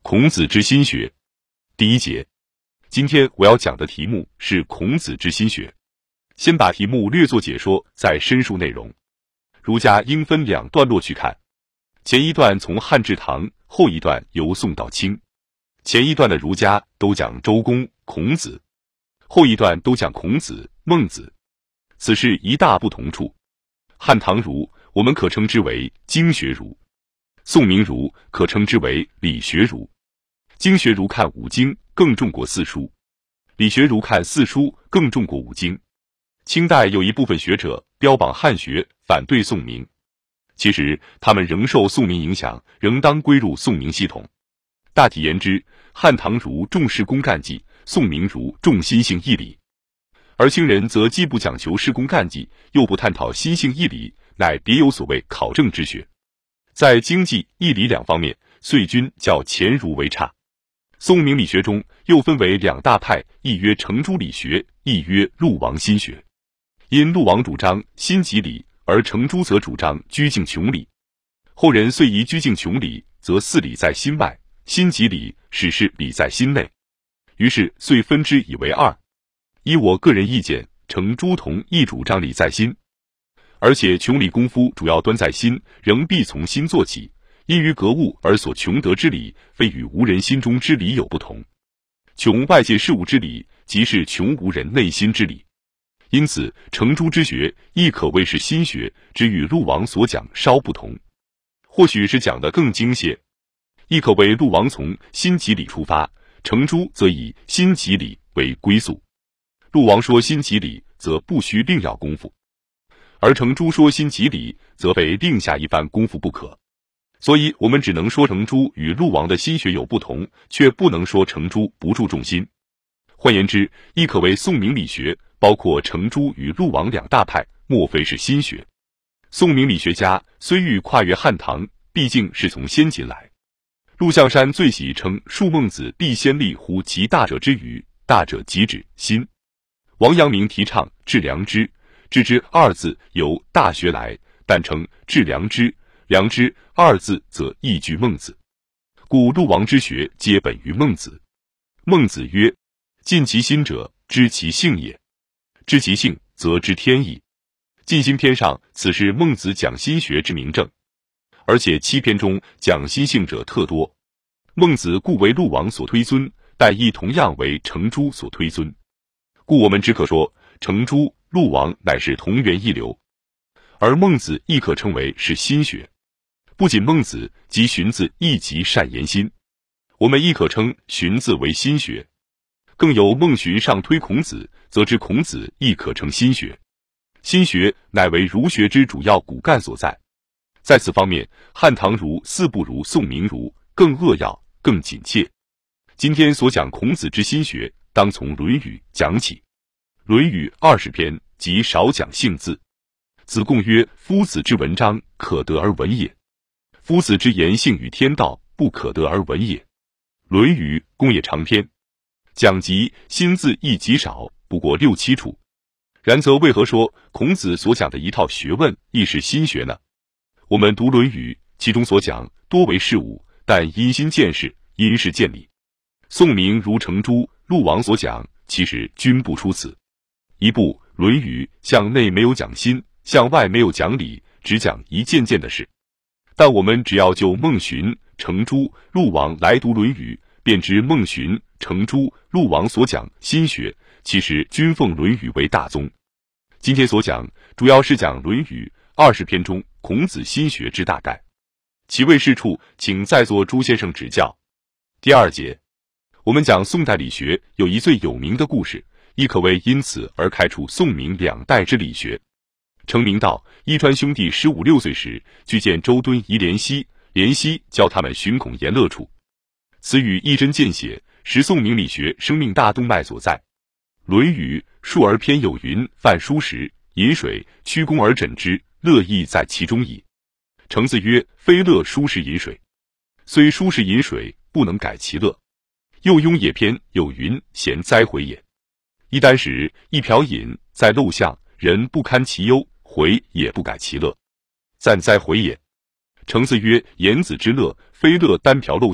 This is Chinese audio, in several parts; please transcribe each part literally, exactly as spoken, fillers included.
孔子之心学第一节，今天我要讲的题目是孔子之心学。先把题目略作解说，再深述内容。儒家应分两段落去看，前一段从汉至唐，后一段由宋到清。前一段的儒家都讲周公、孔子，后一段都讲孔子、孟子，此是一大不同处。汉唐儒我们可称之为经学儒，宋明儒可称之为理学儒。经学儒看五经更重过四书，理学儒看四书更重过五经。清代有一部分学者标榜汉学，反对宋明，其实他们仍受宋明影响，仍当归入宋明系统。大体言之，汉唐儒重视公干绩，宋明儒重心性义理。而清人则既不讲求事功干绩，又不探讨心性义理，乃别有所谓考证之学。在经济、义理两方面，遂均较前儒为差。宋明理学中又分为两大派，一曰程朱理学，一曰陆王心学。因陆王主张心即理，而程朱则主张居静穷理。后人遂疑居静穷理，则似理在心外；心即理，使是理在心内。于是遂分之以为二。依我个人意见，程朱同亦主张理在心，而且穷理功夫主要端在心，仍必从心做起。因于格物而所穷得之理，非与吾人心中之理有不同。穷外界事物之理，即是穷吾人内心之理。因此，程朱之学亦可谓是心学，只与陆王所讲稍不同，或许是讲得更精些。亦可谓陆王从心即理出发，程朱则以心即理为归宿。陆王说心即理，则不需另要功夫；而程朱说心即理，则非另下一番功夫不可。所以我们只能说程朱与陆王的心学有不同，却不能说程朱不注重心。换言之，亦可谓宋明理学包括程朱与陆王两大派，莫非是心学。宋明理学家虽欲跨越汉唐，毕竟是从先秦来。陆象山最喜称述孟子必先立乎其大者之语，大者即指心。王阳明提倡致良知，致之二字由大学来，但称致良知，良知二字则亦据孟子。故陆王之学皆本于孟子。孟子曰：尽其心者，知其性也；知其性，则知天意。尽心篇上，此是孟子讲心学之明证。而且七篇中讲心性者特多。孟子故为陆王所推尊，但亦同样为程朱所推尊。故我们只可说，程朱、陆王乃是同源一流。而孟子亦可称为是心学。不仅孟子及荀子亦极善言心，我们亦可称荀子为心学。更有孟荀上推孔子，则知孔子亦可称心学。心学乃为儒学之主要骨干所在。在此方面，汉唐儒似不如宋明儒，更扼要，更紧切。今天所讲孔子之心学，当从《论语》讲起。《论语》二十篇，即少讲性字。子贡曰：夫子之文章，可得而闻也；夫子之言性与天道，不可得而闻也。《论语》公也长篇，讲及心字亦极少，不过六七处。然则为何说孔子所讲的一套学问亦是心学呢？我们读《论语》，其中所讲多为事物，但因心见事，因事见理。宋明如程朱、陆王所讲，其实均不出此。一部《论语》向内没有讲心，向外没有讲理，只讲一件件的事。但我们只要就孟荀、程朱、陆王来读《论语》，便知孟荀、程朱、陆王所讲心学，其实均奉《论语》为大宗。今天所讲，主要是讲《论语》二十篇中孔子心学之大概。其未是处，请在座朱先生指教。第二节，我们讲宋代理学有一最有名的故事，亦可谓因此而开出宋明两代之理学。程明道，伊川兄弟十五六岁时，去见周敦颐、怜惜，怜惜教他们寻孔颜乐处。此语一针见血，实宋明理学生命大动脉所在。《论语·述而篇》有云：饭疏食，饮水，曲肱而枕之，乐亦在其中矣。程子曰：非乐疏食饮水，虽疏食饮水，不能改其乐。又《雍也篇》有云：咸哉回也！一箪食，一瓢饮，在陋巷，人不堪其忧，回也不改其乐，赞哉回也！程子曰：颜子之乐，非乐单瓢陋巷，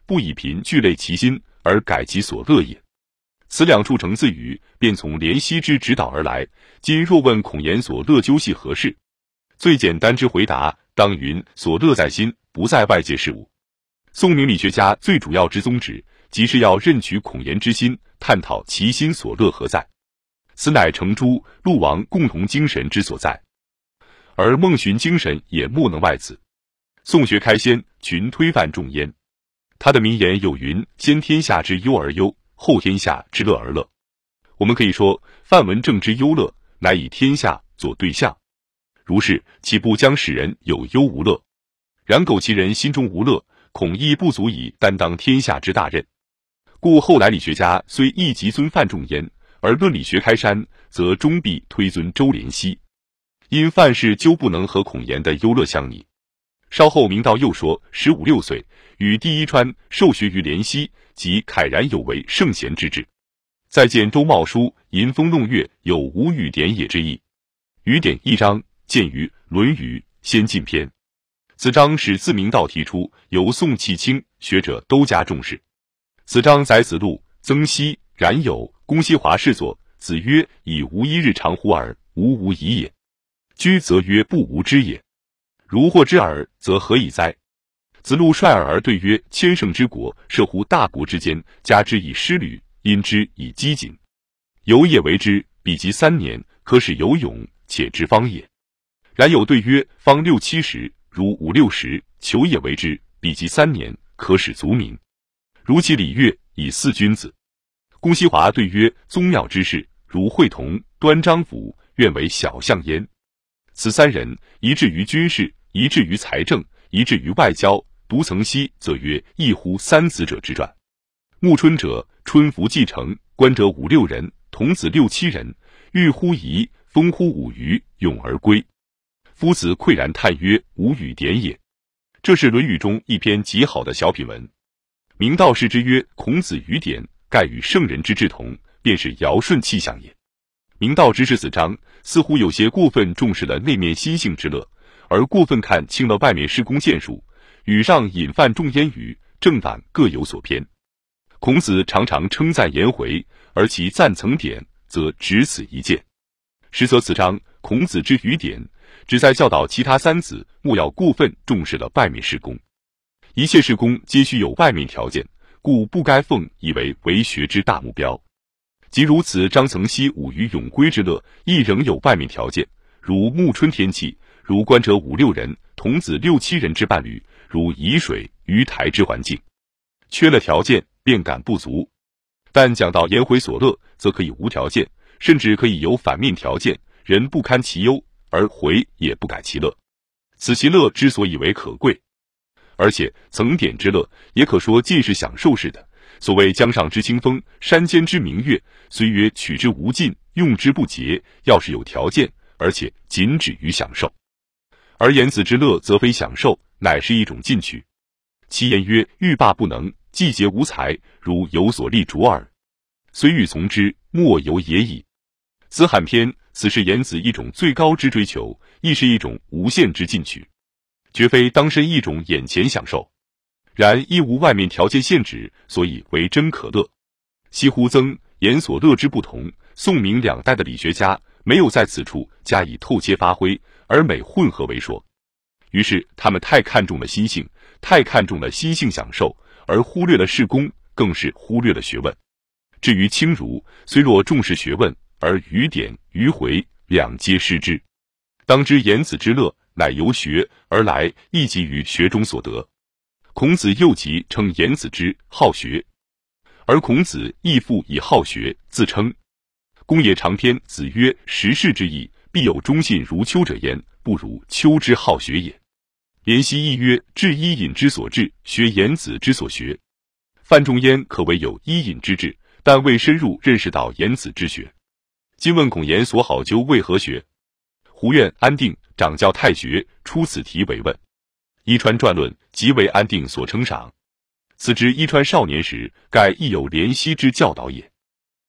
不以贫聚类其心，而改其所乐也。此两处成字语，便从怜惜之指导而来。今若问孔颜所乐究系何事？最简单之回答，当云所乐在心，不在外界事物。宋明理学家最主要之宗旨，即是要认取孔颜之心，探讨其心所乐何在。此乃程朱、陆王共同精神之所在，而孟荀精神也莫能外此。宋学开先，群推范仲淹。他的名言有云：先天下之忧而忧，后天下之乐而乐。我们可以说，范文正之忧乐，乃以天下作对象。如是，岂不将使人有忧无乐？然苟其人心中无乐，恐亦不足以担当天下之大任。故后来理学家虽亦极尊范仲淹，而论理学开山，则终必推尊周濂溪。因范氏究不能和孔颜的忧乐相拟。稍后明道又说，十五六岁，与第一川受学于濂溪，即慨然有为圣贤之志。再见周茂书，吟风弄月，有无语典也之意。语典一章，见于《论语·先进篇》。此章是自明道提出，由宋弃清学者都加重视。此章载子路、曾皙、冉有、公西华侍作。子曰：以无一日长乎耳，吾无疑也。居则曰：不无知也。如获之耳，则何以哉？子路率尔而对曰：千乘之国，涉乎大国之间，加之以师旅，因之以饥谨。游也为之，比及三年，可使游泳，且之方也。然有对曰：方六七十，如五六十，求也为之，比及三年，可使足民。如其礼乐，以四君子。公西华对曰：宗庙之事，如会同、端章甫，愿为小相焉。此三人，一至于军事，一至于财政，一至于外交。独曾皙则曰：异乎三子者之传。暮春者，春服继承，观者五六人，童子六七人，欲乎夷，风乎舞鱼，咏而归。夫子喟然叹曰：无语典也。这是《论语》中一篇极好的小品文。明道视之曰：孔子语典，盖与圣人之志同，便是尧舜气象也。明道直视此章，似乎有些过分重视了内面心性之乐，而过分看清了外面施工建树。语上引范仲淹语，正反各有所偏。孔子常常称赞颜回，而其赞曾点，则只此一见。实则此章孔子之语典，旨在教导其他三子莫要过分重视了外面施工。一切施工皆须有外面条件，故不该奉以为为学之大目标。即如此，张曾皙舞于咏归之乐，亦仍有外面条件，如暮春天气，如观者五六人，童子六七人之伴侣，如沂水、鱼台之环境。缺了条件，便感不足。但讲到颜回所乐，则可以无条件，甚至可以有反面条件，人不堪其忧，而回也不改其乐。此其乐之所以为可贵。而且曾点之乐，也可说尽是享受式的。所谓江上之清风，山间之明月，虽曰取之无尽，用之不竭，要是有条件，而且仅止于享受。而颜子之乐则非享受，乃是一种进取。其言曰：欲罢不能，季节无才，如有所立卓耳。虽欲从之，莫由也矣。子罕篇，此是颜子一种最高之追求，亦是一种无限之进取，绝非当身一种眼前享受。然亦无外面条件限制，所以为真可乐。惜乎曾、颜所乐之不同，宋明两代的理学家没有在此处加以透切发挥，而每混合为说。于是他们太看重了心性，太看重了心性享受，而忽略了事功，更是忽略了学问。至于清儒，虽若重视学问，而语典、迂回两皆失之。当知颜子之乐，乃由学而来，亦即于学中所得。孔子又即称颜子之好学，而孔子亦复以好学自称。公也长篇，子曰：时事之义，必有忠信如丘者焉，不如丘之好学也。怜惜亦曰：治伊尹之所治，学颜子之所学。范仲淹可谓有伊尹之志，但未深入认识到颜子之学。今问孔颜所好究为何学？胡苑安定掌教太学出此题为问。伊川传论即为安定所称赏。此之伊川少年时，盖亦有怜惜之教导也。